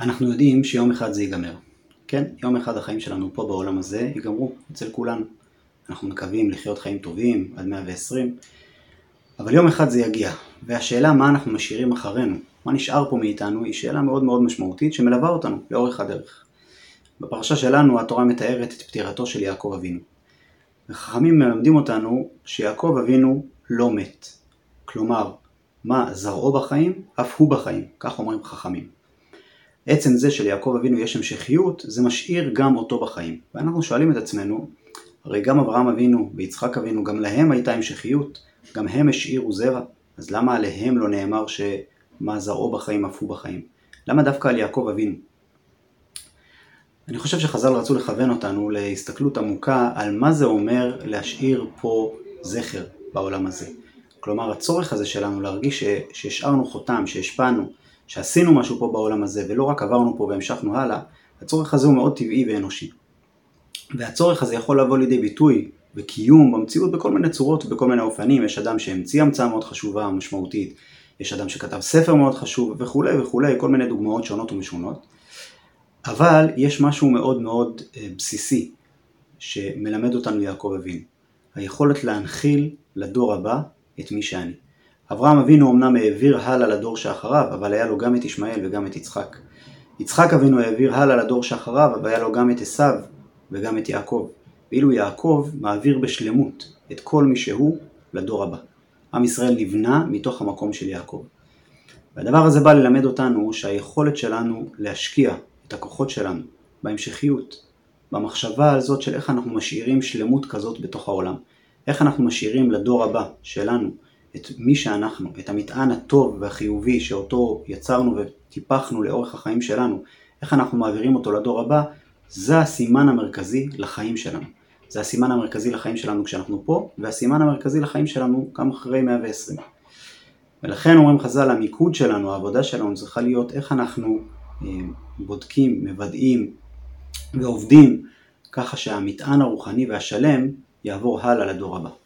אנחנו יודעים שיום אחד זה ייגמר. כן, יום אחד החיים שלנו פה בעולם הזה ייגמרו אצל כולנו. אנחנו מקווים לחיות חיים טובים עד 120, אבל יום אחד זה יגיע. והשאלה מה אנחנו משאירים אחרינו, מה נשאר פה מאיתנו, היא שאלה מאוד מאוד משמעותית שמלווה אותנו לאורך הדרך. בפרשה שלנו התורה מתארת את פטירתו של יעקב אבינו. וחכמים מלמדים אותנו שיעקב אבינו לא מת. כלומר, מה זרעו בחיים, אף הוא בחיים, כך אומרים חכמים. עצם זה שליעקב אבינו יש המשכיות, זה משאיר גם אותו בחיים. ואנחנו שואלים את עצמנו, הרי גם אברהם אבינו ויצחק אבינו, גם להם הייתה המשכיות, גם הם השאירו זרע, אז למה עליהם לא נאמר שמה זרעו בחיים אף הוא בחיים? למה דווקא על יעקב אבינו? אני חושב שחז"ל רצו לכוון אותנו להסתכלות עמוקה על מה זה אומר להשאיר פה זכר בעולם הזה. כלומר, הצורך הזה שלנו להרגיש שהשארנו חותם, שהשפענו, שעשינו משהו פה בעולם הזה ולא רק עברנו פה והמשכנו הלאה, הצורך הזה הוא מאוד טבעי ואנושי. והצורך הזה יכול לבוא לידי ביטוי וקיום במציאות בכל מיני צורות ובכל מיני אופנים. יש אדם שהמציא המצאה מאוד חשובה ומשמעותית, יש אדם שכתב ספר מאוד חשוב וכו' וכו', כל מיני דוגמאות שונות ומשונות. אבל יש משהו מאוד מאוד בסיסי שמלמד אותנו יעקב אבינו, היכולת להנחיל לדור הבא את מי שאני. אברהם אבינו אמנם העביר הלאה לדור שאחריו, אבל היה לו גם את ישמעאל וגם את יצחק. יצחק אבינו העביר הלאה לדור שאחריו, אבל היה לו גם את עשיו וגם את יעקב. ואילו יעקב מעביר בשלמות את כל מי שהוא לדור הבא. עם ישראל נבנה מתוך המקום של יעקב. והדבר הזה בא ללמד אותנו שהיכולת שלנו להשקיע את הכוחות שלנו בהמשכיות, במחשבה הזאת של איך אנחנו משאירים שלמות כזאת בתוך העולם. איך אנחנו משאירים לדור הבא שלנו את מי שאנחנו, את המטען הטוב והחיובי שאותו יצרנו וטיפחנו לאורך החיים שלנו, איך אנחנו מעבירים אותו לדור הבא, זה הסימן המרכזי לחיים שלנו. זה הסימן המרכזי לחיים שלנו כשאנחנו פה, והסימן המרכזי לחיים שלנו גם אחרי 120. ולכן אומרים חז"ל, המיקוד שלנו, העבודה שלנו צריכה להיות איך אנחנו בודקים, מוודאים ועובדים ככה שהמטען הרוחני והשלם יעבור הלאה לדור הבא.